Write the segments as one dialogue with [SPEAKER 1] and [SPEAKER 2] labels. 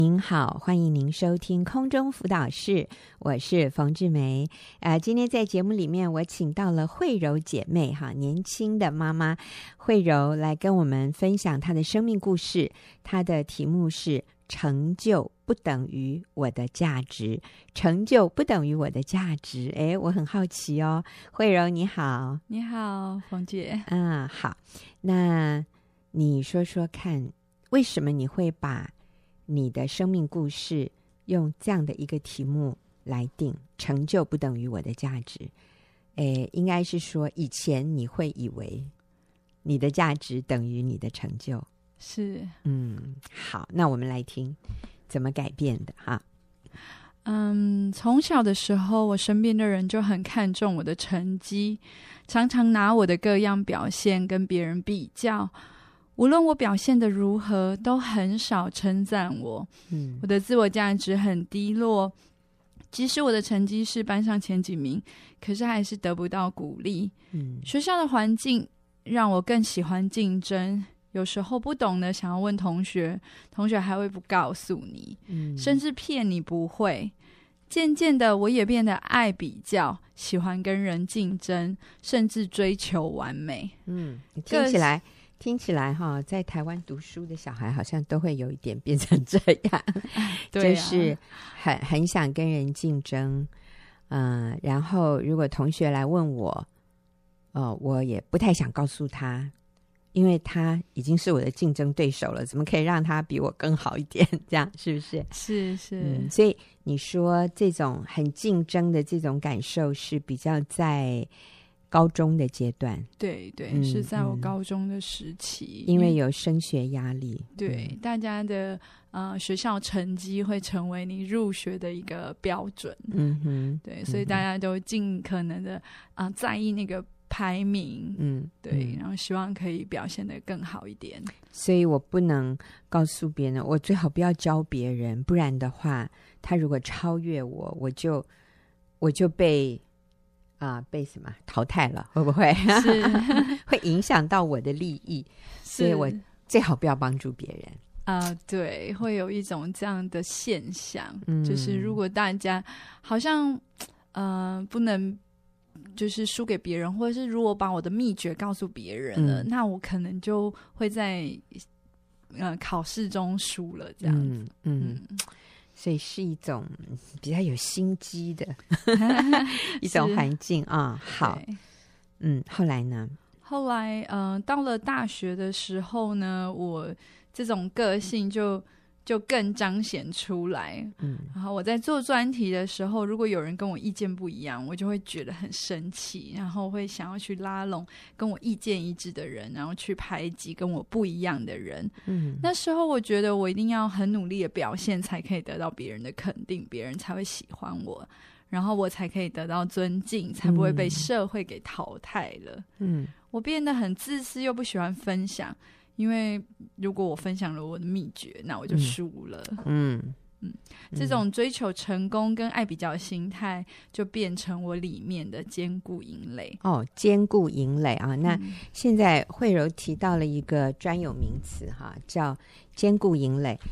[SPEAKER 1] 您好，欢迎您收听空中辅导室，我是冯志梅。今天在节目里面，我请到了慧柔姐妹哈，年轻的妈妈慧柔来跟我们分享她的生命故事。她的题目是成就不等于我的价值，成就不等于我的价值。我很好奇哦，慧柔你好。
[SPEAKER 2] 你好，冯姐。
[SPEAKER 1] 好，那你说说看，为什么你会把你的生命故事用这样的一个题目来定，成就不等于我的价值？应该是说以前你会以为你的价值等于你的成就。
[SPEAKER 2] 是。
[SPEAKER 1] 好，那我们来听怎么改变的哈。
[SPEAKER 2] 从小的时候，我身边的人就很看重我的成绩，常常拿我的各样表现跟别人比较，无论我表现得如何，都很少称赞我。我的自我价值很低落，即使我的成绩是班上前几名，可是还是得不到鼓励。学校的环境让我更喜欢竞争，有时候不懂的想要问同学，同学还会不告诉你，甚至骗你不会。渐渐的，我也变得爱比较，喜欢跟人竞争，甚至追求完美。
[SPEAKER 1] 听起来哈，在台湾读书的小孩好像都会有一点变成这样，
[SPEAKER 2] 对啊，
[SPEAKER 1] 就是很想跟人竞争，然后如果同学来问我，我也不太想告诉他，因为他已经是我的竞争对手了，怎么可以让他比我更好一点？这样是不是？
[SPEAKER 2] 是。
[SPEAKER 1] 所以你说这种很竞争的这种感受是比较在高中的阶段。
[SPEAKER 2] 对，是在我高中的时期，
[SPEAKER 1] 因为有升学压力。
[SPEAKER 2] 对，大家的学校成绩会成为你入学的一个标准。对，所以大家都尽可能的在意那个排名。对，然后希望可以表现得更好一点。
[SPEAKER 1] 所以我不能告诉别人，我最好不要教别人，不然的话，他如果超越我，我就被什么淘汰了，会不会？
[SPEAKER 2] 是
[SPEAKER 1] 会影响到我的利益，所以我最好不要帮助别人。
[SPEAKER 2] 对，会有一种这样的现象，就是如果大家好像不能就是输给别人，或者是如果把我的秘诀告诉别人了，那我可能就会在考试中输了这样子。
[SPEAKER 1] 所以是一种比较有心机的一种环境啊。好，后来呢？
[SPEAKER 2] 后来到了大学的时候呢，我这种个性就更彰显出来。然后我在做专题的时候，如果有人跟我意见不一样，我就会觉得很生气，然后会想要去拉拢跟我意见一致的人，然后去排挤跟我不一样的人。那时候我觉得我一定要很努力的表现，才可以得到别人的肯定，别人才会喜欢我，然后我才可以得到尊敬，才不会被社会给淘汰了。我变得很自私，又不喜欢分享，因为如果我分享了我的秘诀，那我就输了。这种追求成功跟爱比较的心态，就变成我里面的坚固营垒。
[SPEAKER 1] 坚固营垒啊！那现在慧柔提到了一个专有名词哈，叫坚固营垒。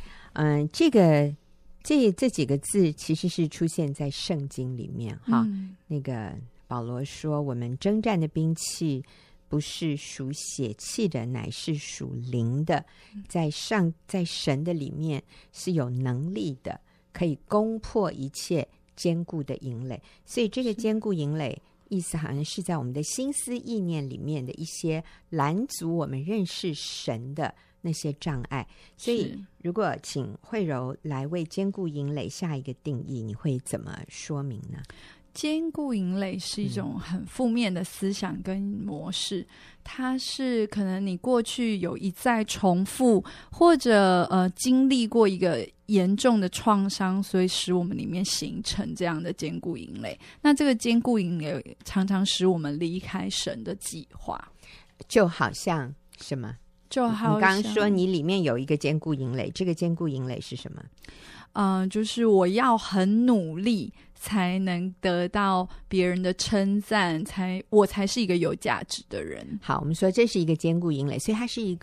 [SPEAKER 1] 这几个字其实是出现在圣经里面哈。那个保罗说，我们征战的兵器不是属血气的，乃是属灵的，在神的里面是有能力的，可以攻破一切坚固的营垒。所以这个坚固营垒意思好像是在我们的心思意念里面的一些拦阻我们认识神的那些障碍。所以如果请慧柔来为坚固营垒下一个定义，你会怎么说明呢？
[SPEAKER 2] 坚固营垒是一种很负面的思想跟模式，它是可能你过去有一再重复，或者经历过一个严重的创伤，所以使我们里面形成这样的坚固营垒。那这个坚固营垒常常使我们离开神的计划。
[SPEAKER 1] 就好像什么？
[SPEAKER 2] 就好像
[SPEAKER 1] 你刚刚说你里面有一个坚固营垒，这个坚固营垒是什么？
[SPEAKER 2] 就是我要很努力才能得到别人的称赞，我才是一个有价值的人。
[SPEAKER 1] 好，我们说这是一个坚固营垒，所以它是一个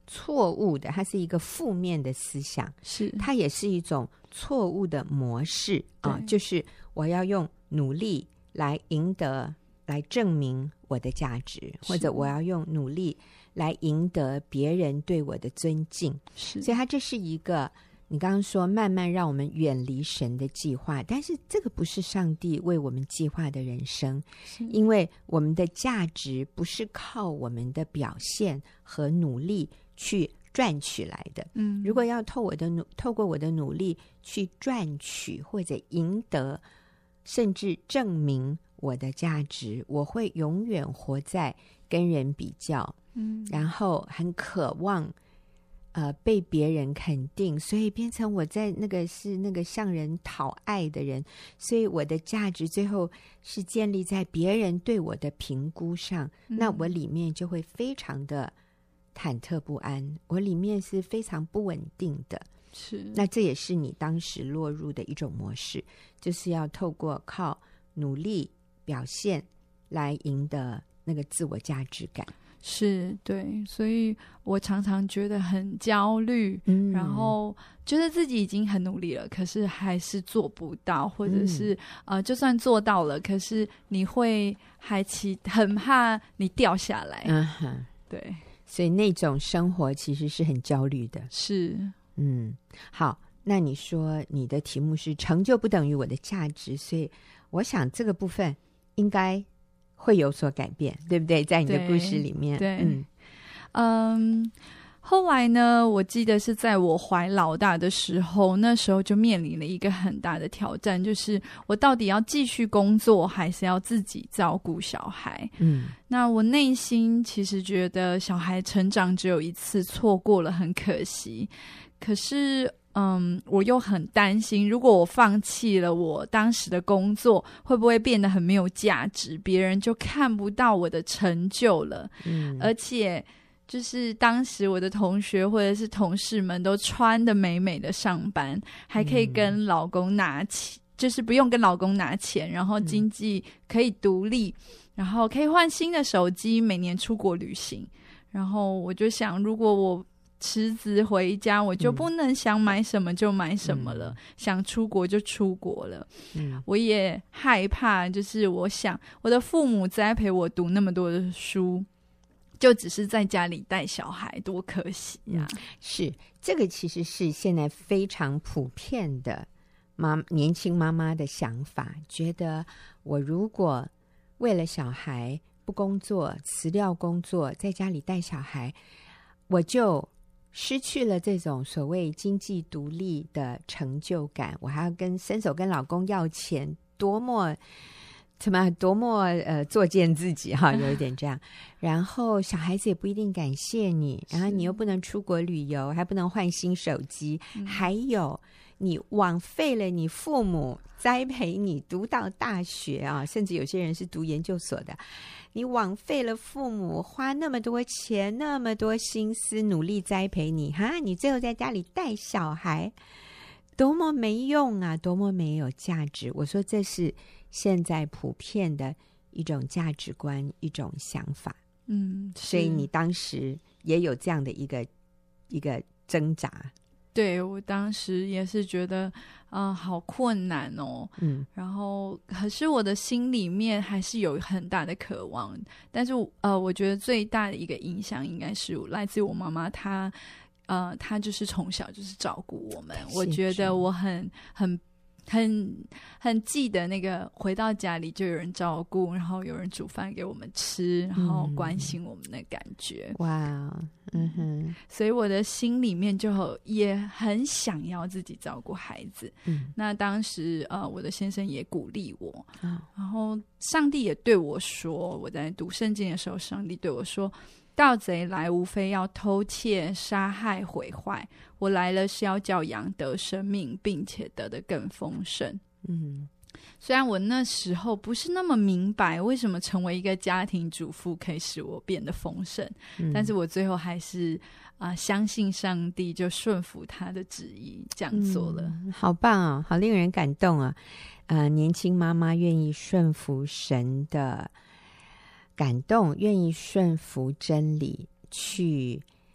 [SPEAKER 1] 错误的，它是一个负面的思想，
[SPEAKER 2] 是
[SPEAKER 1] 它也是一种错误的模式啊，就是我要用努力来赢得、来证明我的价值，或者我要用努力来赢得别人对我的尊敬。
[SPEAKER 2] 是，
[SPEAKER 1] 所以它这是一个你刚刚说慢慢让我们远离神的计划，但是这个不是上帝为我们计划的人生，因为我们的价值不是靠我们的表现和努力去赚取来的。如果要透过我的努力去赚取或者赢得，甚至证明我的价值，我会永远活在跟人比较，然后很渴望被别人肯定，所以变成我在那个向人讨爱的人，所以我的价值最后是建立在别人对我的评估上，那我里面就会非常的忐忑不安，我里面是非常不稳定的。
[SPEAKER 2] 是，
[SPEAKER 1] 那这也是你当时落入的一种模式，就是要透过靠努力表现来赢得那个自我价值感。
[SPEAKER 2] 是，对，所以我常常觉得很焦虑，然后觉得自己已经很努力了，可是还是做不到，或者是就算做到了，可是你会很怕你掉下来。对，
[SPEAKER 1] 所以那种生活其实是很焦虑的。
[SPEAKER 2] 是，
[SPEAKER 1] 好，那你说你的题目是成就不等于我的价值，所以我想这个部分应该会有所改变，对不对？在你的故事里面。
[SPEAKER 2] 对，后来呢，我记得是在我怀老大的时候，那时候就面临了一个很大的挑战，就是我到底要继续工作还是要自己照顾小孩。那我内心其实觉得小孩成长只有一次，错过了很可惜，可是我又很担心，如果我放弃了我当时的工作，会不会变得很没有价值，别人就看不到我的成就了。而且就是当时我的同学或者是同事们都穿得美美的上班，还可以跟老公拿钱，就是不用跟老公拿钱，然后经济可以独立，然后可以换新的手机，每年出国旅行。然后我就想，如果我辞职回家，我就不能想买什么就买什么了，想出国就出国了。我也害怕，就是我想我的父母栽培我读那么多的书，就只是在家里带小孩，多可惜啊。
[SPEAKER 1] 是，这个其实是现在非常普遍的年轻妈妈的想法，觉得我如果为了小孩不工作，辞掉工作，在家里带小孩，我就失去了这种所谓经济独立的成就感，我还要伸手跟老公要钱，多么作践自己哈，有一点这样。然后小孩子也不一定感谢你，然后你又不能出国旅游，还不能换新手机，还有你枉费了你父母栽培你读到大学啊，甚至有些人是读研究所的，你枉费了父母花那么多钱那么多心思努力栽培你哈，你最后在家里带小孩，多么没用啊，多么没有价值。我说这是现在普遍的一种价值观，一种想法。所以你当时也有这样的一个挣扎。
[SPEAKER 2] 对，我当时也是觉得好困难哦。然后可是我的心里面还是有很大的渴望，但是我觉得最大的一个影响应该是来自于我妈妈，她就是从小就是照顾我们。我觉得我很记得那个回到家里就有人照顾，然后有人煮饭给我们吃，然后关心我们的感觉。
[SPEAKER 1] 哇，
[SPEAKER 2] 所以我的心里面就也很想要自己照顾孩子。那当时我的先生也鼓励我，然后上帝也对我说，我在读圣经的时候，上帝对我说，盗贼来无非要偷窃杀害毁坏，我来了是要叫羊得生命，并且得的更丰盛。虽然我那时候不是那么明白为什么成为一个家庭主妇可以使我变得丰盛，但是我最后还是相信上帝，就顺服他的旨意这样做了。
[SPEAKER 1] 好棒啊，好令人感动啊！年轻妈妈愿意顺服神的感动，愿意顺服真理，去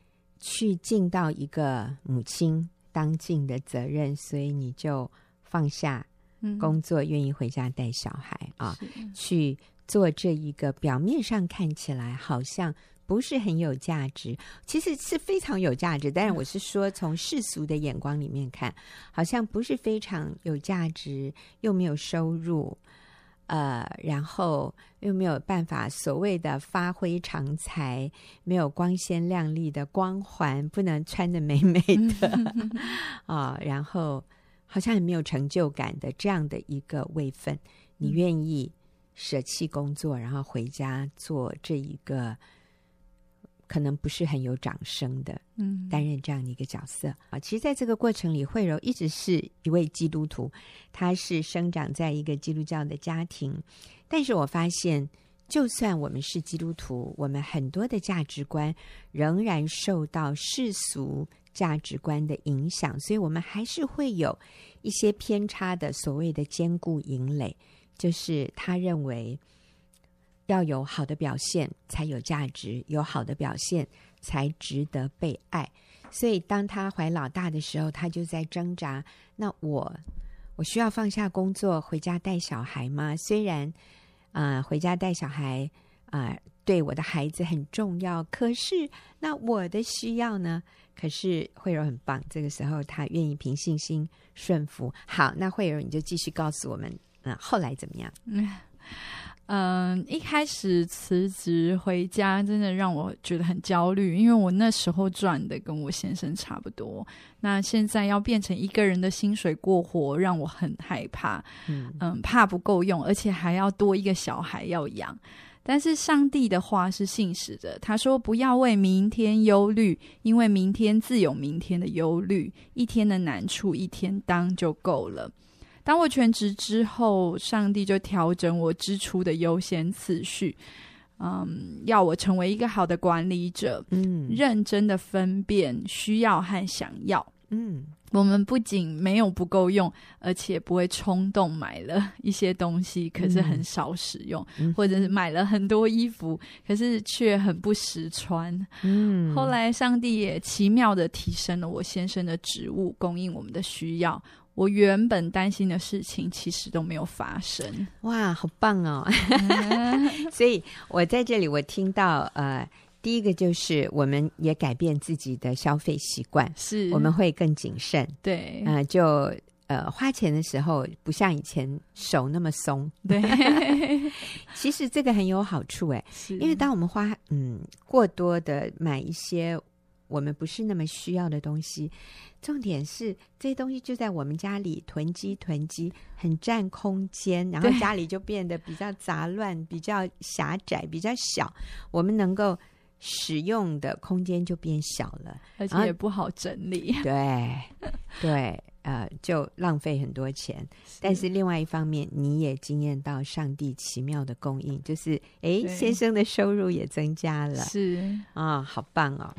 [SPEAKER 1] 去尽到一个母亲当尽的责任，所以你就放下工作，愿意回家带小孩啊，去做这一个表面上看起来好像不是很有价值，其实是非常有价值，但是我是说从世俗的眼光里面看，好像不是非常有价值，又没有收入，然后又没有办法所谓的发挥长才，没有光鲜亮丽的光环，不能穿得美美的然后好像很没有成就感的这样的一个位分，你愿意舍弃工作，然后回家做这一个可能不是很有掌声的担任这样的一个角色其实在这个过程里，慧柔一直是一位基督徒，她是生长在一个基督教的家庭，但是我发现就算我们是基督徒，我们很多的价值观仍然受到世俗价值观的影响，所以我们还是会有一些偏差的所谓的坚固营垒，就是他认为要有好的表现才有价值，有好的表现才值得被爱。所以当他怀老大的时候，他就在挣扎，那我需要放下工作回家带小孩吗？虽然回家带小孩对我的孩子很重要，可是那我的需要呢？可是慧柔很棒，这个时候她愿意凭信心顺服。好，那慧柔你就继续告诉我们后来怎么样？
[SPEAKER 2] 一开始辞职回家真的让我觉得很焦虑，因为我那时候赚的跟我先生差不多，那现在要变成一个人的薪水过活，让我很害怕，怕不够用，而且还要多一个小孩要养。但是上帝的话是信实的，他说不要为明天忧虑，因为明天自有明天的忧虑，一天的难处一天当就够了。当我全职之后，上帝就调整我支出的优先次序，要我成为一个好的管理者，认真的分辨需要和想要。我们不仅没有不够用，而且不会冲动买了一些东西，可是很少使用，或者是买了很多衣服，可是却很不实穿。后来上帝也奇妙的提升了我先生的职务，供应我们的需要。我原本担心的事情其实都没有发生。
[SPEAKER 1] 哇，好棒哦！所以我在这里我听到第一个就是我们也改变自己的消费习惯，是我们会更谨慎，
[SPEAKER 2] 对，
[SPEAKER 1] 就花钱的时候不像以前手那么松，
[SPEAKER 2] 对。
[SPEAKER 1] 其实这个很有好处因为当我们花过多的买一些我们不是那么需要的东西，重点是这些东西就在我们家里囤积很占空间，然后家里就变得比较杂乱，比较狭窄，比较小，我们能够使用的空间就变小了，
[SPEAKER 2] 而且也不好整理。
[SPEAKER 1] 对就浪费很多钱。但是另外一方面，你也经验到上帝奇妙的供应，就是先生的收入也增加了，
[SPEAKER 2] 是
[SPEAKER 1] 好棒哦。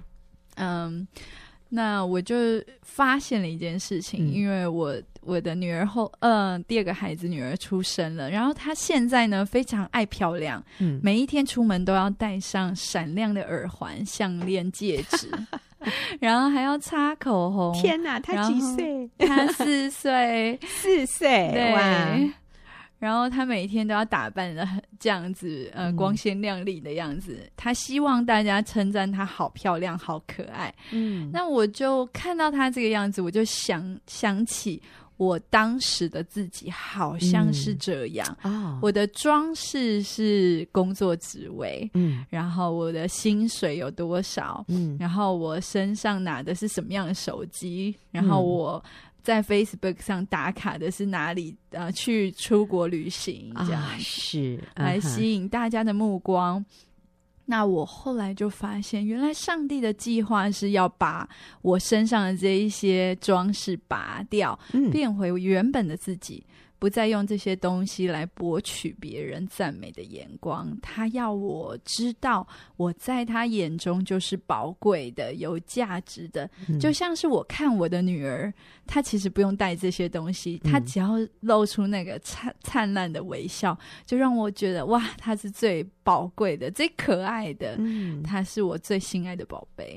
[SPEAKER 2] 那我就发现了一件事情，因为我的女儿第二个孩子女儿出生了，然后她现在呢非常爱漂亮，每一天出门都要戴上闪亮的耳环、项链、戒指，然后还要擦口红。
[SPEAKER 1] 天哪，她几岁？
[SPEAKER 2] 她4岁
[SPEAKER 1] ，4岁，
[SPEAKER 2] 对，
[SPEAKER 1] 哇！
[SPEAKER 2] 然后她每天都要打扮的这样子，光鲜亮丽的样子。她希望大家称赞她好漂亮、好可爱。那我就看到她这个样子，我就想起我当时的自己，好像是这样。我的装饰是工作职位，然后我的薪水有多少，然后我身上拿的是什么样的手机，然后我在 Facebook 上打卡的是哪里去出国旅行，这样
[SPEAKER 1] 是
[SPEAKER 2] 来吸引大家的目光。那我后来就发现，原来上帝的计划是要把我身上的这一些装饰拔掉，变回原本的自己， 不再用这些东西来博取别人赞美的眼光。他要我知道我在他眼中就是宝贵的、有价值的，就像是我看我的女儿，她其实不用带这些东西，她只要露出那个灿烂的微笑，就让我觉得哇，她是最宝贵的、最可爱的，她是我最心爱的宝贝。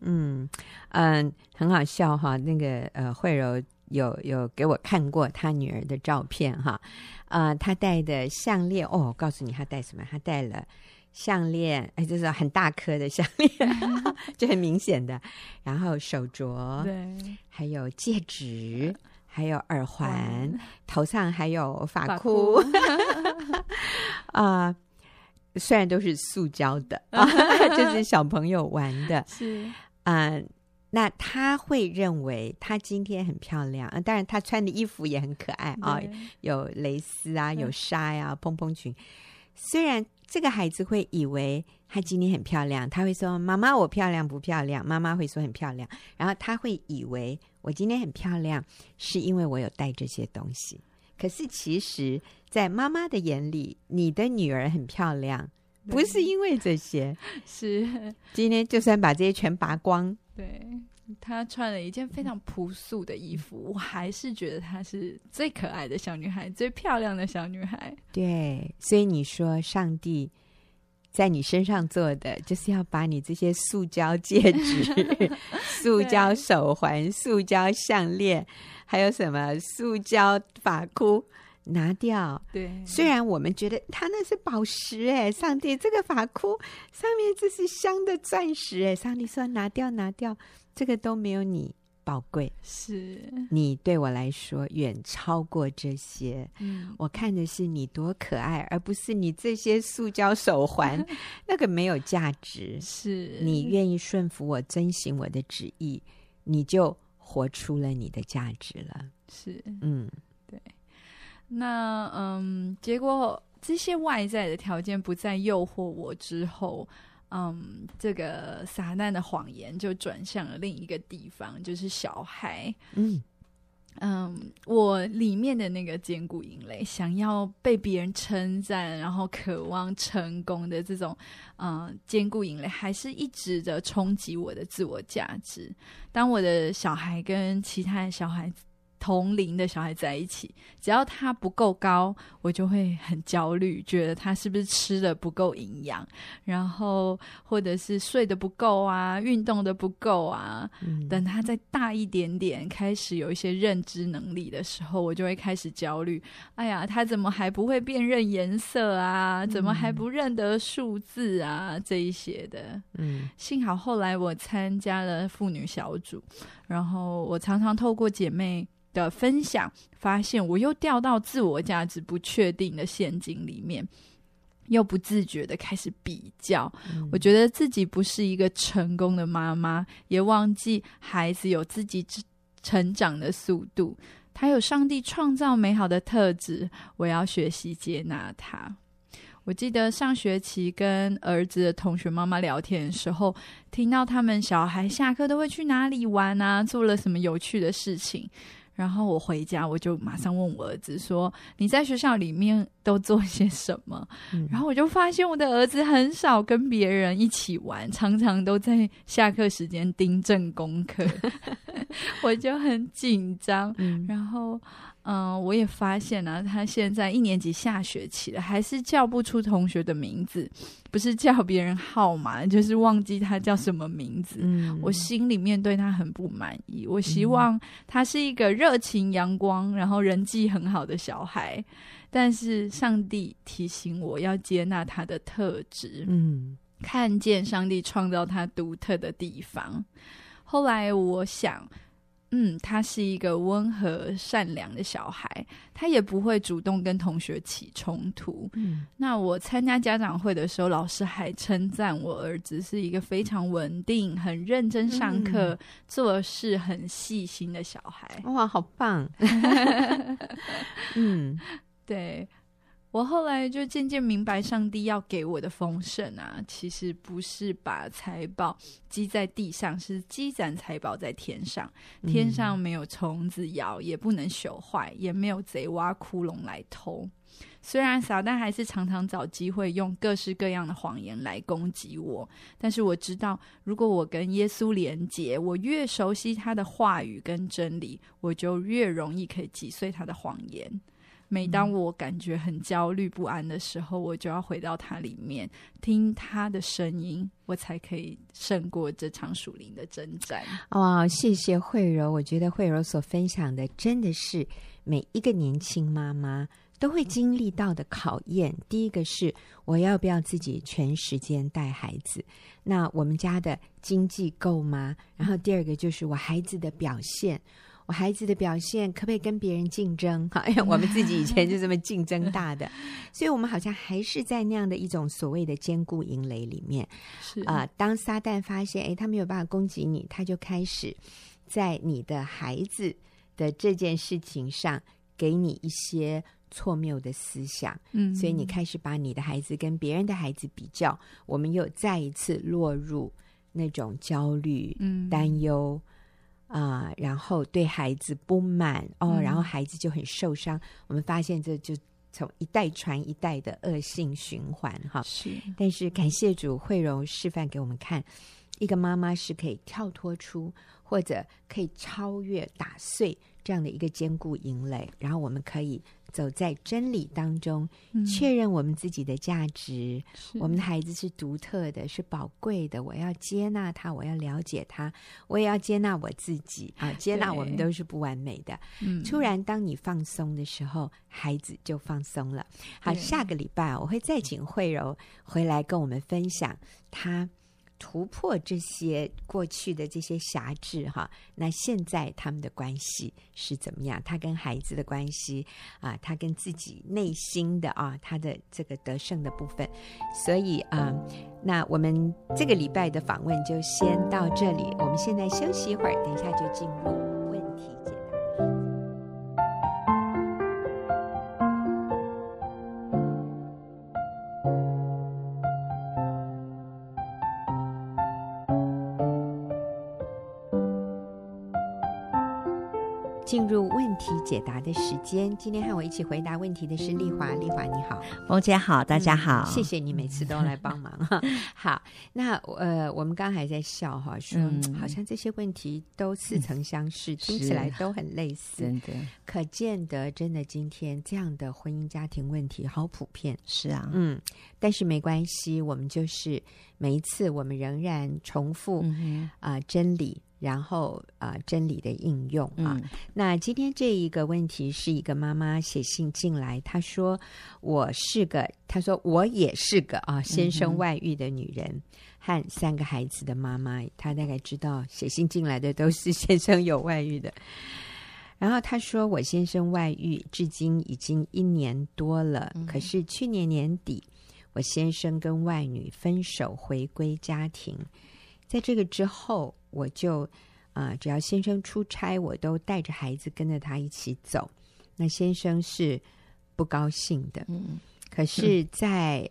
[SPEAKER 1] 很好笑哈，那个慧柔有给我看过她女儿的照片哈，她戴的项链我告诉你她戴什么，她戴了项链，就是很大颗的项链就很明显的，然后手镯，对，还有戒指，还有耳环，头上还有发箍虽然都是塑胶的就是小朋友玩的，是那他会认为他今天很漂亮，当然他穿的衣服也很可爱有蕾丝啊，有纱呀，蓬蓬裙。虽然这个孩子会以为他今天很漂亮，他会说妈妈我漂亮不漂亮，妈妈会说很漂亮，然后他会以为我今天很漂亮是因为我有带这些东西，可是其实在妈妈的眼里，你的女儿很漂亮不是因为这些，是今天就算把这些全拔光，
[SPEAKER 2] 对，她穿了一件非常朴素的衣服，我还是觉得她是最可爱的小女孩，最漂亮的小女孩。
[SPEAKER 1] 对，所以你说上帝在你身上做的就是要把你这些塑胶戒指塑胶手环、塑胶项链，还有什么塑胶发箍拿掉。对，虽然我们觉得它那是宝石上帝这个发箍上面这是镶的钻石上帝说拿掉拿掉，这个都没有你宝贵，是你对我来说远超过这些我看的是你多可爱，而不是你这些塑胶手环那个没有价值，是你愿意顺服我，遵行我的旨意，你就活出了你的价值了。是
[SPEAKER 2] 对。那结果这些外在的条件不再诱惑我之后，这个撒旦的谎言就转向了另一个地方，就是小孩。我里面的那个坚固营垒，想要被别人称赞，然后渴望成功的这种坚固营垒，还是一直的冲击我的自我价值。当我的小孩跟其他的小孩同龄的小孩在一起，只要他不够高，我就会很焦虑，觉得他是不是吃的不够营养，然后或者是睡得不够啊，运动的不够啊。等他再大一点点，开始有一些认知能力的时候，我就会开始焦虑，哎呀，他怎么还不会辨认颜色啊，怎么还不认得数字啊，这一些的。幸好后来我参加了妇女小组，然后我常常透过姐妹的分享，发现我又掉到自我价值不确定的陷阱里面，又不自觉的开始比较。我觉得自己不是一个成功的妈妈，也忘记孩子有自己成长的速度，他有上帝创造美好的特质，我要学习接纳他。我记得上学期跟儿子的同学妈妈聊天的时候，听到他们小孩下课都会去哪里玩啊，做了什么有趣的事情，然后我回家我就马上问我儿子说，你在学校里面都做些什么？然后我就发现我的儿子很少跟别人一起玩，常常都在下课时间订正功课我就很紧张。然后我也发现他现在1年级下学期了，还是叫不出同学的名字，不是叫别人号码，就是忘记他叫什么名字。我心里面对他很不满意，我希望他是一个热情阳光，然后人际很好的小孩，但是上帝提醒我要接纳他的特质，看见上帝创造他独特的地方。后来我想他是一个温和善良的小孩，他也不会主动跟同学起冲突。那我参加家长会的时候，老师还称赞我儿子是一个非常稳定、很认真上课、做事很细心的小孩。
[SPEAKER 1] 哇，好棒对，
[SPEAKER 2] 我后来就渐渐明白，上帝要给我的丰盛啊，其实不是把财宝积在地上，是积攒财宝在天上。天上没有虫子咬，也不能朽坏，也没有贼挖窟窿来偷。虽然撒旦还是常常找机会用各式各样的谎言来攻击我，但是我知道，如果我跟耶稣连结，我越熟悉他的话语跟真理，我就越容易可以击碎他的谎言。每当我感觉很焦虑不安的时候，我就要回到他里面，听他的声音，我才可以胜过这场属灵的征战。
[SPEAKER 1] 哇，谢谢慧柔，我觉得慧柔所分享的真的是每一个年轻妈妈都会经历到的考验。第一个是我要不要自己全时间带孩子，那我们家的经济够吗？然后第二个就是我孩子的表现，我孩子的表现可不可以跟别人竞争？我们自己以前就这么竞争大的，所以我们好像还是在那样的一种所谓的坚固营垒里面。
[SPEAKER 2] 是
[SPEAKER 1] 当撒旦发现他没有办法攻击你，他就开始在你的孩子的这件事情上给你一些错谬的思想，所以你开始把你的孩子跟别人的孩子比较，我们又再一次落入那种焦虑、担忧然后对孩子不满然后孩子就很受伤。我们发现这就从一代传一代的恶性循环哈。
[SPEAKER 2] 是，
[SPEAKER 1] 但是感谢主，慧柔示范给我们看，一个妈妈是可以跳脱出或者可以超越打碎这样的一个坚固营垒，然后我们可以走在真理当中，确认我们自己的价值，我们的孩子是独特的，是宝贵的，我要接纳他，我要了解他，我也要接纳我自己接纳我们都是不完美的。突然当你放松的时候，孩子就放松了。好，下个礼拜我会再请慧柔回来跟我们分享他突破这些过去的这些辖制那现在他们的关系是怎么样？他跟孩子的关系他跟自己内心的他的这个得胜的部分。所以那我们这个礼拜的访问就先到这里，我们现在休息一会儿，等一下就进入问题解答。进入问题解答的时间，今天和我一起回答问题的是丽华。丽华你好。
[SPEAKER 3] 冯姐好，大家好。
[SPEAKER 1] 谢谢你每次都来帮忙好，那我们刚才在笑说好像这些问题都似曾相识，听起来都很类似，
[SPEAKER 3] 真的
[SPEAKER 1] 可见得真的今天这样的婚姻家庭问题好普遍。
[SPEAKER 3] 是啊，
[SPEAKER 1] 但是没关系，我们就是每一次我们仍然重复真理，然后真理的应用那今天这一个问题是一个妈妈写信进来，她说我也是个先生外遇的女人和3个孩子的妈妈。她大概知道写信进来的都是先生有外遇的。然后她说我先生外遇至今已经1年多了，可是去年年底我先生跟外女分手回归家庭，在这个之后我就只要先生出差，我都带着孩子跟着他一起走。那先生是不高兴的，可是在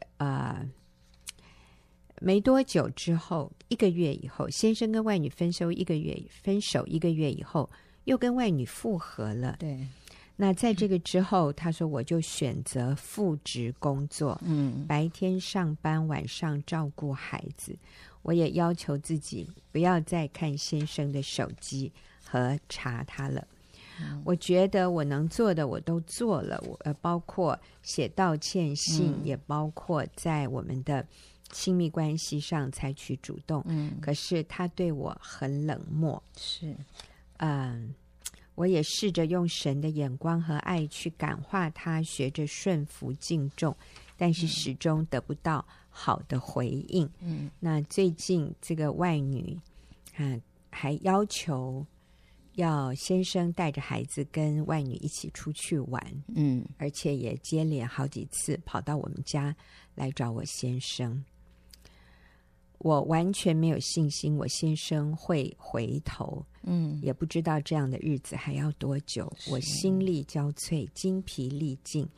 [SPEAKER 1] 没多久之后，1个月以后，先生跟外女分手1个月以后，又跟外女复合了。
[SPEAKER 3] 对，
[SPEAKER 1] 那在这个之后，他说我就选择复职工作，白天上班，晚上照顾孩子。我也要求自己不要再看先生的手机和查他了。我觉得我能做的我都做了，包括写道歉信，也包括在我们的亲密关系上采取主动。可是他对我很冷漠。
[SPEAKER 3] 是，
[SPEAKER 1] 我也试着用神的眼光和爱去感化他，学着顺服敬重，但是始终得不到好的回应。那最近这个外女还要求要先生带着孩子跟外女一起出去玩，而且也接连好几次跑到我们家来找我先生。我完全没有信心我先生会回头，也不知道这样的日子还要多久。我心力交瘁，精疲力尽，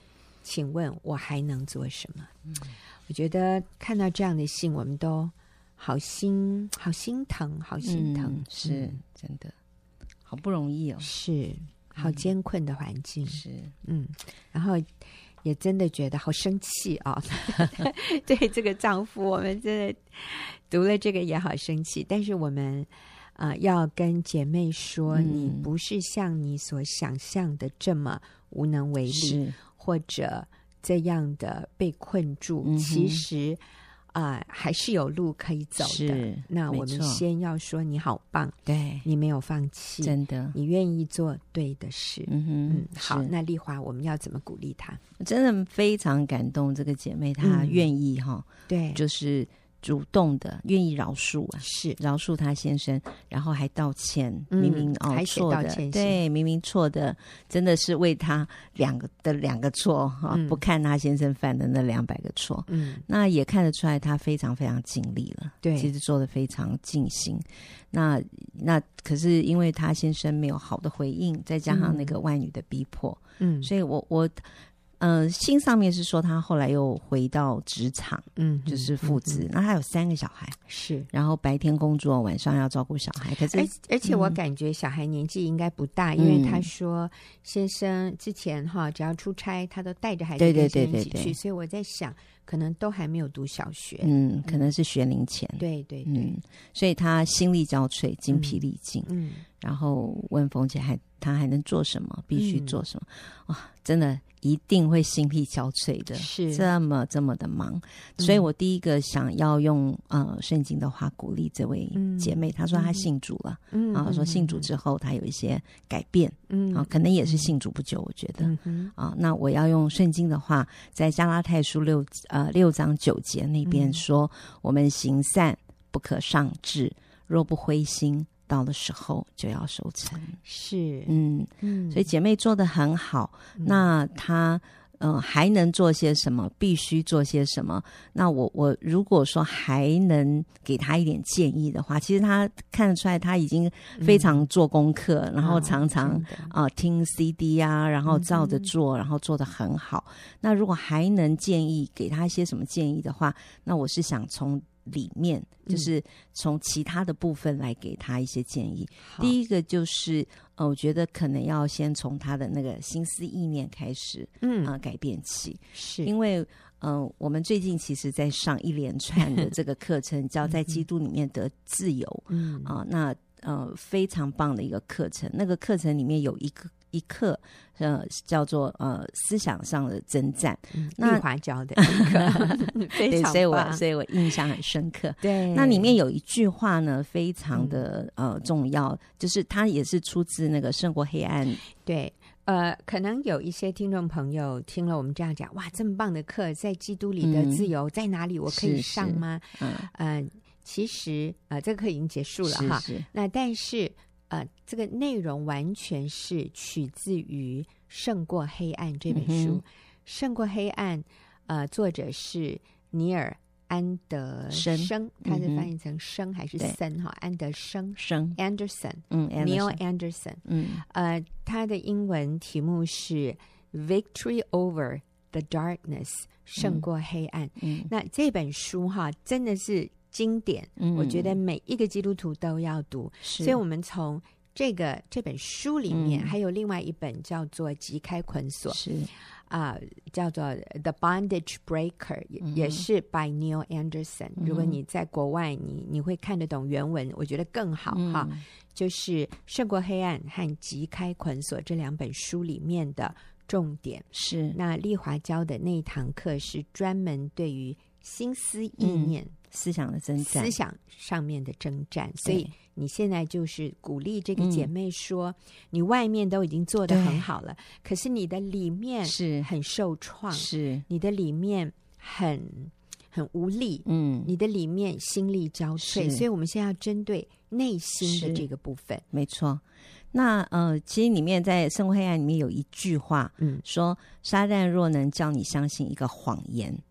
[SPEAKER 1] 请问我还能做什么？我觉得看到这样的信，我们都好心疼，好心疼，
[SPEAKER 3] 是真的好不容易哦，
[SPEAKER 1] 是好艰困的环境，
[SPEAKER 3] 是
[SPEAKER 1] 然后也真的觉得好生气啊！对这个丈夫，我们真的读了这个也好生气。但是我们要跟姐妹说，你不是像你所想象的这么无能为力，或者这样的被困住。其实还是有路可以走的。那我们先要说你好棒，
[SPEAKER 3] 对，
[SPEAKER 1] 你没有放弃，
[SPEAKER 3] 真的，
[SPEAKER 1] 你愿意做对的事。好，那丽华，我们要怎么鼓励她？
[SPEAKER 3] 真的非常感动，这个姐妹她愿意
[SPEAKER 1] 对，
[SPEAKER 3] 就是主动的愿意饶恕
[SPEAKER 1] 是
[SPEAKER 3] 饶恕她先生，然后还道歉，明明
[SPEAKER 1] 还写道歉信，
[SPEAKER 3] 对，明明错的真的是为他两个错不看他先生犯的那200个错，那也看得出来他非常非常尽力了，
[SPEAKER 1] 对，
[SPEAKER 3] 其实做得非常尽心。那可是因为他先生没有好的回应，再加上那个外女的逼迫，所以我信上面是说他后来又回到职场，就是父职，那他有3个小孩，
[SPEAKER 1] 是，
[SPEAKER 3] 然后白天工作，晚上要照顾小孩。可是
[SPEAKER 1] 而且我感觉小孩年纪应该不大，因为他说先生之前只要出差，他都带着孩子跟先生一起去，所以我在想，可能都还没有读小学，
[SPEAKER 3] 可能是学龄前，
[SPEAKER 1] 对，
[SPEAKER 3] 所以他心力交瘁，精疲力尽，然后问冯姐他还能做什么，必须做什么，哇，真的一定会心力交瘁的，
[SPEAKER 1] 是
[SPEAKER 3] 这么的忙。所以我第一个想要用圣经的话鼓励这位姐妹，她说她信主了，说信主之后她有一些改变，可能也是信主不久，我觉得那我要用圣经的话，在加拉太书6章9节那边说，我们行善不可丧志，若不灰心，到的时候就要收成。
[SPEAKER 1] 是，
[SPEAKER 3] 所以姐妹做得很好，那她还能做些什么，必须做些什么。那我如果说还能给她一点建议的话，其实她看得出来她已经非常做功课，然后常常听 CD 然后照着做，然后做得很好。那如果还能建议给她一些什么建议的话，那我是想从里面，就是从其他的部分来给他一些建议。第一个就是我觉得可能要先从他的那个心思意念开始改变起，
[SPEAKER 1] 是因
[SPEAKER 3] 为我们最近其实在上一连串的这个课程叫在基督里面得自由那非常棒的一个课程。那个课程里面有一课叫做思想上的征战，
[SPEAKER 1] 丽华教的一课非常棒，
[SPEAKER 3] 所以我印象很深刻。
[SPEAKER 1] 对，
[SPEAKER 3] 那里面有一句话呢非常的重要，就是它也是出自那个胜过黑暗。
[SPEAKER 1] 对，可能有一些听众朋友听了我们这样讲，哇，这么棒的课，在基督里的自由在哪里？我可以上吗？其实这个课已经结束了哈。那但是这个内容完全是取自于《胜过黑暗》这本书。胜过黑暗作者是尼尔安德生，他是翻译成生还是森安德生 Anderson Neil Anderson 他的英文题目是 Victory Over the Darkness 胜过黑暗。那这本书真的是经典，我觉得每一个基督徒都要读，所以我们从这本书里面还有另外一本叫做击开捆锁，是叫做 The Bondage Breaker，也是 by Neil Anderson。如果你在国外你会看得懂原文，我觉得更好就是胜过黑暗和击开捆锁这2本书里面的重点。
[SPEAKER 3] 是，
[SPEAKER 1] 那丽华教的那一堂课是专门对于心思意念
[SPEAKER 3] 思想的征战，
[SPEAKER 1] 思想上面的征战。所以你现在就是鼓励这个姐妹说，你外面都已经做得很好了，可是你的里面是很受创，是你的里面很无力，你的里面心力交瘁，所以我们现在要针对内心的这个部分。
[SPEAKER 3] 没错。那其实里面在《胜过黑暗》里面有一句话，说撒旦若能叫你相信一个谎言，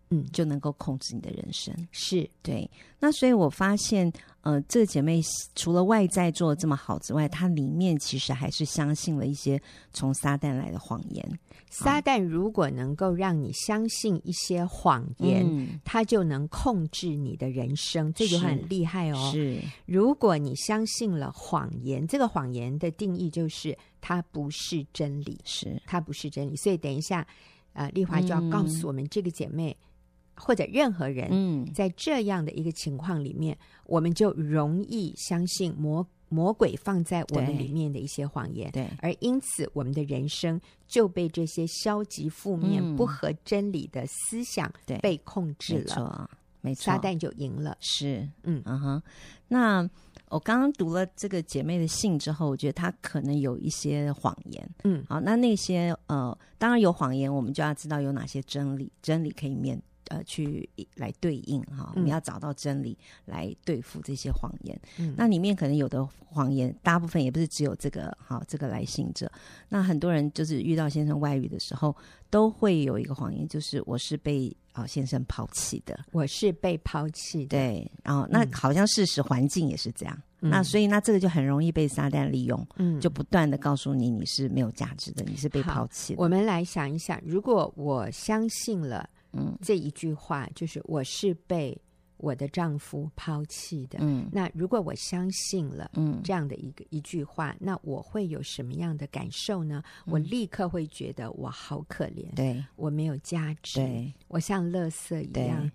[SPEAKER 3] 就能够控制你的人生。
[SPEAKER 1] 是
[SPEAKER 3] 对。那所以我发现这个姐妹除了外在做得这么好之外，她里面其实还是相信了一些从撒旦来的谎言。
[SPEAKER 1] 撒旦如果能够让你相信一些谎言，他就能控制你的人生。这句话很厉害哦。
[SPEAKER 3] 是，
[SPEAKER 1] 如果你相信了谎言，这个谎言的定义就是它不是真理，
[SPEAKER 3] 是
[SPEAKER 1] 它不是真理。所以等一下丽华就要告诉我们这个姐妹或者任何人在这样的一个情况里面，我们就容易相信魔鬼放在我们里面的一些谎言，
[SPEAKER 3] 对，
[SPEAKER 1] 而因此我们的人生就被这些消极负面、不合真理的思想被控制了。
[SPEAKER 3] 没错，
[SPEAKER 1] 撒旦就赢了。
[SPEAKER 3] 是，那我刚刚读了这个姐妹的信之后，我觉得她可能有一些谎言。好，那些当然有谎言，我们就要知道有哪些真理可以去来对应哈，我们要找到真理来对付这些谎言。那里面可能有的谎言，大部分也不是只有这个来信者。那很多人就是遇到先生外遇的时候，都会有一个谎言，就是我是被先生抛弃的，
[SPEAKER 1] 我是被抛弃的。
[SPEAKER 3] 对，然后那好像事实环境也是这样。那所以这个就很容易被撒旦利用，就不断的告诉你是没有价值的，你是被抛弃的。
[SPEAKER 1] 我们来想一想，如果我相信了这一句话，就是我是被我的丈夫抛弃的，那如果我相信了这样的一句话，那我会有什么样的感受呢？我立刻会觉得我好可怜，
[SPEAKER 3] 对，
[SPEAKER 1] 我没有价值，
[SPEAKER 3] 对，
[SPEAKER 1] 我像垃圾一样，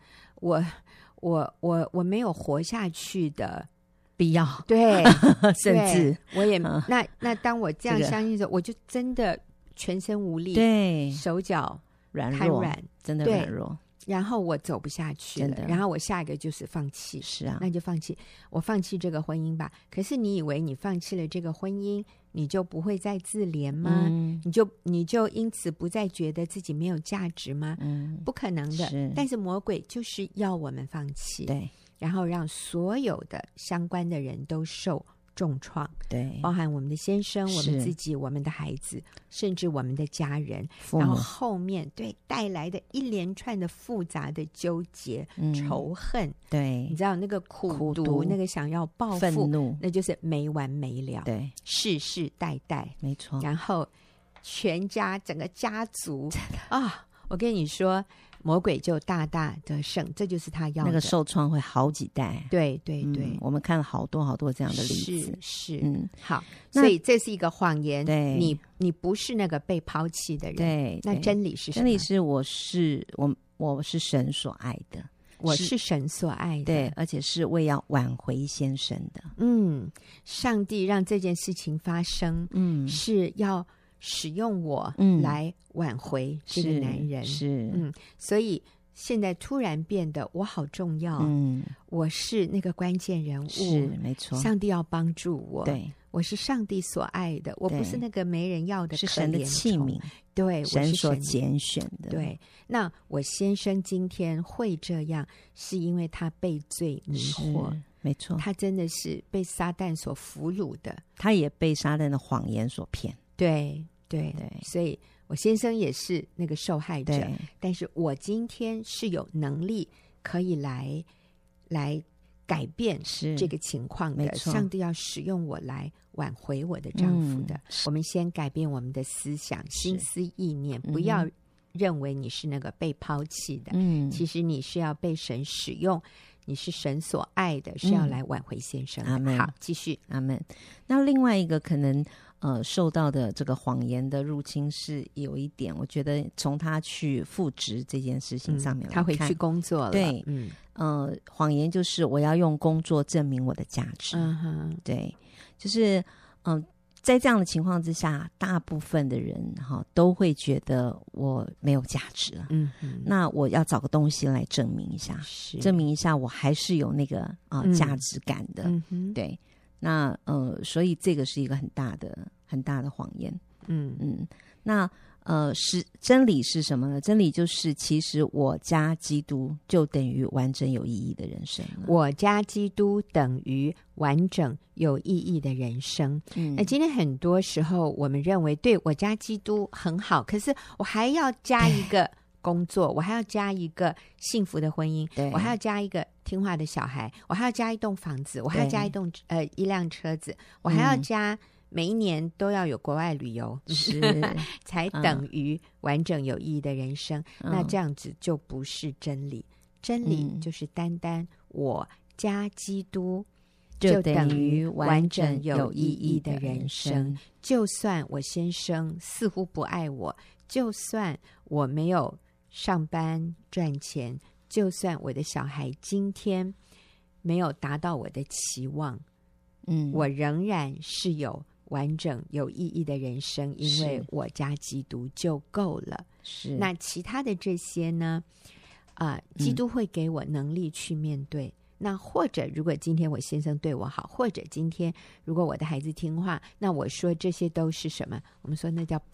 [SPEAKER 1] 我没有活下去的
[SPEAKER 3] 必要，
[SPEAKER 1] 对
[SPEAKER 3] 甚至
[SPEAKER 1] 我也那当我这样相信的时候，我就真的全身无力，
[SPEAKER 3] 对，
[SPEAKER 1] 手脚
[SPEAKER 3] 软
[SPEAKER 1] 弱，
[SPEAKER 3] 真的软弱，
[SPEAKER 1] 然后我走不下去了，然后我下一个就是放弃。
[SPEAKER 3] 是啊，
[SPEAKER 1] 那就放弃，我放弃这个婚姻吧。可是你以为你放弃了这个婚姻，你就不会再自怜吗？你就因此不再觉得自己没有价值吗？不可能的。但是魔鬼就是要我们放弃，
[SPEAKER 3] 对，然
[SPEAKER 1] 后让所有的相关的人都受重创，
[SPEAKER 3] 对，
[SPEAKER 1] 包含我们的先生、我们自己、我们的孩子，甚至我们的家人，然后后面带来的一连串的复杂的纠结、仇恨，
[SPEAKER 3] 对，
[SPEAKER 1] 你知道那个苦毒，那个想要报复、
[SPEAKER 3] 愤怒，
[SPEAKER 1] 那就是没完没了，
[SPEAKER 3] 对，
[SPEAKER 1] 世世代代，
[SPEAKER 3] 没错。
[SPEAKER 1] 然后全家整个家族啊，我跟你说。魔鬼就大大得胜，这就是他要的。
[SPEAKER 3] 那个受创会好几代，
[SPEAKER 1] 对对对，
[SPEAKER 3] 我们看了好多这样的例子。
[SPEAKER 1] 是，好，所以这是一个谎言。
[SPEAKER 3] 对，
[SPEAKER 1] 你不是那个被抛弃的人。
[SPEAKER 3] 对，
[SPEAKER 1] 那真理是什么？
[SPEAKER 3] 真理是我是神所爱的，
[SPEAKER 1] 我是神所爱的，
[SPEAKER 3] 对，而且是为要挽回先生的。
[SPEAKER 1] 上帝让这件事情发生，是要使用我来挽回这个男人，所以现在突然变得我好重要，我是那个关键人物，
[SPEAKER 3] 是没错，
[SPEAKER 1] 上帝要帮助我，
[SPEAKER 3] 对，
[SPEAKER 1] 我是上帝所爱的，我不是那个没人要的可怜虫，
[SPEAKER 3] 是神的器皿，
[SPEAKER 1] 对，
[SPEAKER 3] 神所拣选的，
[SPEAKER 1] 对。那我先生今天会这样，是因为他被罪迷惑，
[SPEAKER 3] 没错，
[SPEAKER 1] 他真的是被撒旦所俘虏的，
[SPEAKER 3] 他也被撒旦的谎言所骗，
[SPEAKER 1] 对，所以我先生也是那个受害者，但是我今天是有能力可以来改变这个情况的，上帝要使用我来挽回我的丈夫的。我们先改变我们的思想、心思意念，不要认为你是那个被抛弃的，其实你是要被神使用，你是神所爱的，是要来挽回先生的。好，继续，
[SPEAKER 3] 阿们。那另外一个可能受到的这个谎言的入侵是有一点，我觉得从他去复职这件事情上面来看，
[SPEAKER 1] 他回去工作了，
[SPEAKER 3] 对，谎言就是我要用工作证明我的价值，对，就是在这样的情况之下，大部分的人都会觉得我没有价值了，那我要找个东西来证明一下，证明一下我还是有那个价值感的，对。那所以这个是一个很大的谎言。那真理是什么呢？真理就是其实我加基督就等于完整有意义的人生了。
[SPEAKER 1] 我加基督等于完整有意义的人生。那今天很多时候我们认为对我加基督很好，可是我还要加一个工作，我还要加一个幸福的婚姻，我还要加一个听话的小孩，我还要加一栋房子，我还要加一辆车子，我还要加每一年都要有国外旅游，
[SPEAKER 3] 是
[SPEAKER 1] 才等于完整有意义的人生。那这样子就不是真理。真理就是单单我加基督就等于完整有意义的人生。就算我先生似乎不爱我，就算我没有上班赚钱，就算我的小孩今天没有达到我的期望，我仍然是有完整有意义的人生，因为我加基督就够了。
[SPEAKER 3] 是，
[SPEAKER 1] 那其他的这些呢？基督会给我能力去面对。那或者如果今天我先生对我好，或者今天如果我的孩子听话，那我说这些都是什么？我们说那叫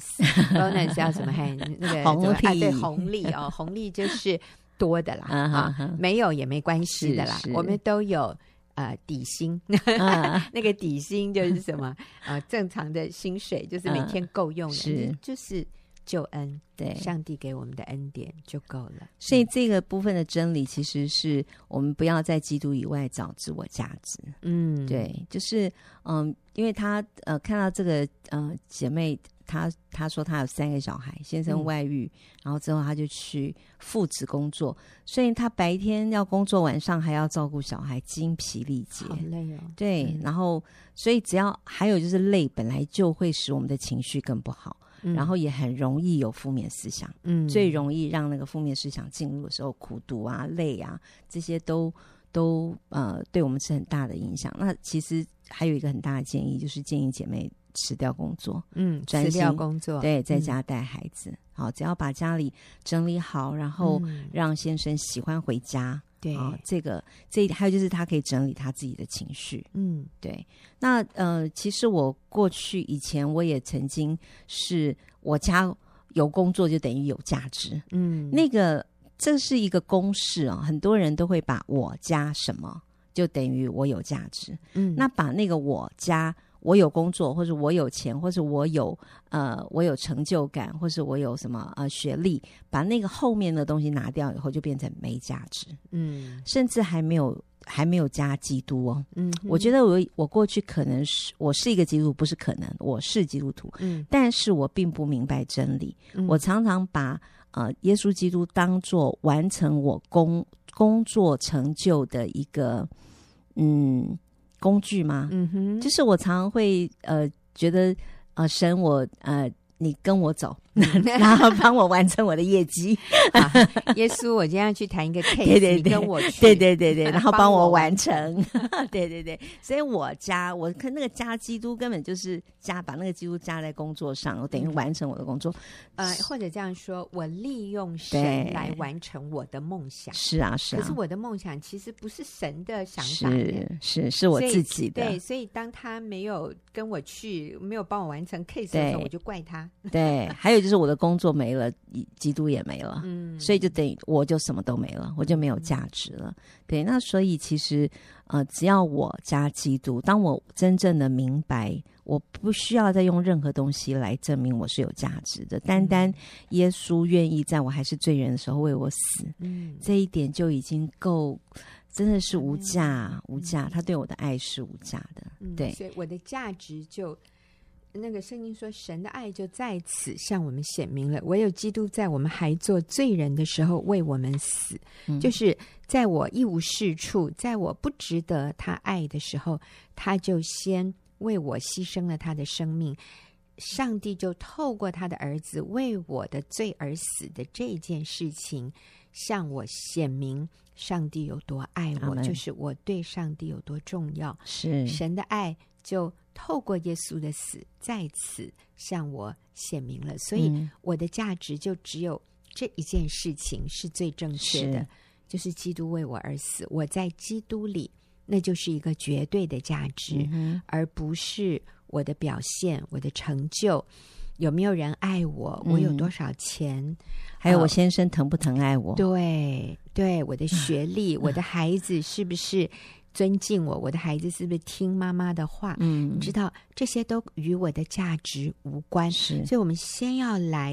[SPEAKER 1] bonus 叫什么？那个
[SPEAKER 3] 红利，
[SPEAKER 1] 对，红利哦，红利就是多的啦没有也没关系的啦，我们都有底薪那个底薪就是什么正常的薪水，就是每天够用的，就是救恩，对，上帝给我们的恩典就够了。
[SPEAKER 3] 所以这个部分的真理其实是我们不要在基督以外找自我价值。对，就是因为他看到这个姐妹，她说她有3个小孩，先生外遇，然后之后她就去父职工作，所以她白天要工作，晚上还要照顾小孩，精疲力竭，
[SPEAKER 1] 好累哦。
[SPEAKER 3] 对，然后所以只要还有就是累，本来就会使我们的情绪更不好。然后也很容易有负面思想，最容易让那个负面思想进入的时候，苦读啊、累啊，这些都对我们是很大的影响。那其实还有一个很大的建议，就是建议姐妹辞掉工作，
[SPEAKER 1] 辞掉工作，
[SPEAKER 3] 对，在家带孩子。好，只要把家里整理好，然后让先生喜欢回家。对，还有就是他可以整理他自己的情绪。对。那其实我过去以前我也曾经是我家有工作就等于有价值。这是一个公式啊，很多人都会把我加什么就等于我有价值。那把那个我加我有工作，或者我有钱，或者我有成就感，或是我有什么学历，把那个后面的东西拿掉以后，就变成没价值。甚至还没有加基督哦。我觉得我过去可能是我是一个基督徒，不是可能我是基督徒。但是我并不明白真理。我常常把耶稣基督当作完成我工作成就的一个工具吗？就是我常常会觉得神我你跟我走，然后帮我完成我的业绩。
[SPEAKER 1] 耶稣，我今天要去谈一个 case， 对，你跟我去，
[SPEAKER 3] 对，然后帮我完成。对，所以我看那个加基督根本就是把那个基督加在工作上，我等于完成我的工作。
[SPEAKER 1] 或者这样说，我利用神来完成我的梦想。是啊。可是我的梦想其实不是神的想法，
[SPEAKER 3] 是我自己的。
[SPEAKER 1] 对，所以当他没有跟我去，没有帮我完成 case 的时候，我就怪他。
[SPEAKER 3] 对，还有就是我的工作没了，基督也没了，所以就等于我就什么都没了，我就没有价值了。对，那所以其实只要我加基督，当我真正的明白，我不需要再用任何东西来证明我是有价值的，单单耶稣愿意在我还是罪人的时候为我死，这一点就已经够。真的是无价，他对我的爱是无价的。对，
[SPEAKER 1] 所以我的价值就那个圣经说，神的爱就在此向我们显明了，唯有基督在我们还做罪人的时候为我们死。就是在我一无是处，在我不值得他爱的时候，他就先为我牺牲了他的生命。上帝就透过他的儿子为我的罪而死的这件事情，向我显明上帝有多爱我，就是我对上帝有多重要。是神的爱就透过耶稣的死在此向我显明了，所以我的价值就只有这一件事情是最正确的，就是基督为我而死，我在基督里，那就是一个绝对的价值，而不是我的表现，我的成就，有没有人爱我，我有多少钱，
[SPEAKER 3] 还有我先生疼不疼爱我，
[SPEAKER 1] 对，我的学历，我的孩子是不是尊敬我，我的孩子是不是听妈妈的话，你知道这些都与我的价值无关，所以我们先要来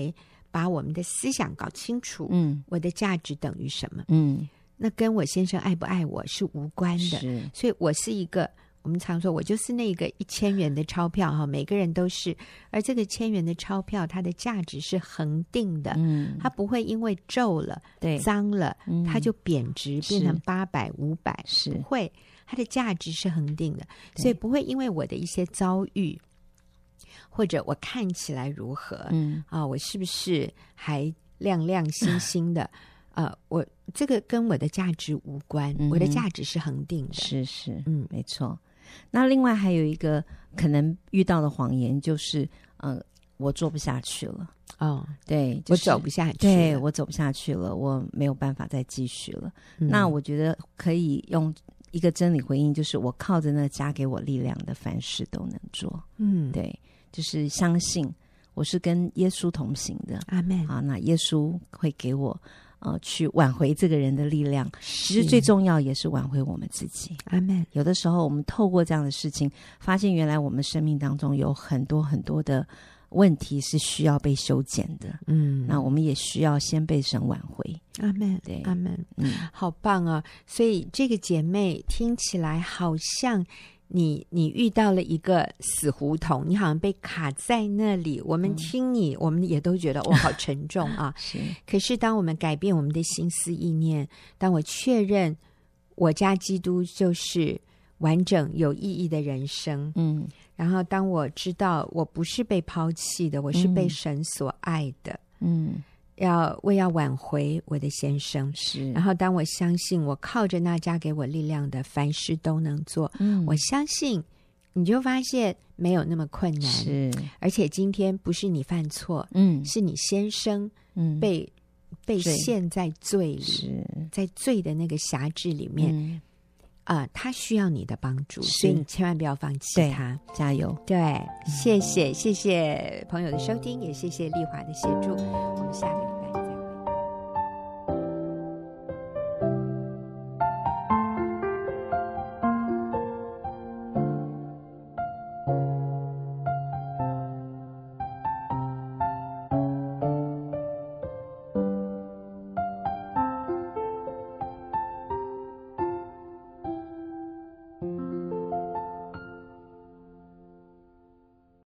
[SPEAKER 1] 把我们的思想搞清楚，我的价值等于什么，那跟我先生爱不爱我是无关的。所以我是一个，我们常说我就是那个1000元的钞票哈，每个人都是，而这个1000元的钞票它的价值是恒定的，它不会因为皱了脏了它就贬值变成800、500，不会，它的价值是恒定的，所以不会因为我的一些遭遇或者我看起来如何，我是不是还亮亮星星的我这个跟我的价值无关，我的价值是恒定的，是
[SPEAKER 3] 没错。那另外还有一个可能遇到的谎言就是我做不下去了，对，就是、
[SPEAKER 1] 我走不下去了，
[SPEAKER 3] 对，我走不下去了，我没有办法再继续了。那我觉得可以用一个真理回应，就是我靠着那加给我力量的，凡事都能做。对，就是相信我是跟耶稣同行的，
[SPEAKER 1] 阿们。
[SPEAKER 3] 好，那耶稣会给我去挽回这个人的力量，其实最重要也是挽回我们自己。
[SPEAKER 1] 阿们。
[SPEAKER 3] 有的时候我们透过这样的事情，发现原来我们生命当中有很多很多的问题是需要被修剪的。那我们也需要先被神挽回。
[SPEAKER 1] 阿们，对，阿们。好棒啊！所以这个姐妹听起来好像你遇到了一个死胡同，你好像被卡在那里。我们听你，我们也都觉得哇，好沉重啊。可是当我们改变我们的心思意念，当我确认我家基督就是完整有意义的人生，然后当我知道我不是被抛弃的，我是被神所爱的，要挽回我的先生，然后当我相信我靠着那加给我力量的，凡事都能做，我相信你就发现没有那么困难，而且今天不是你犯错，是你先生被陷在罪里，在罪的那个辖制里面，他需要你的帮助，所以你千万不要放弃他，
[SPEAKER 3] 加油。
[SPEAKER 1] 对，谢谢朋友的收听，也谢谢丽华的协助，我们下个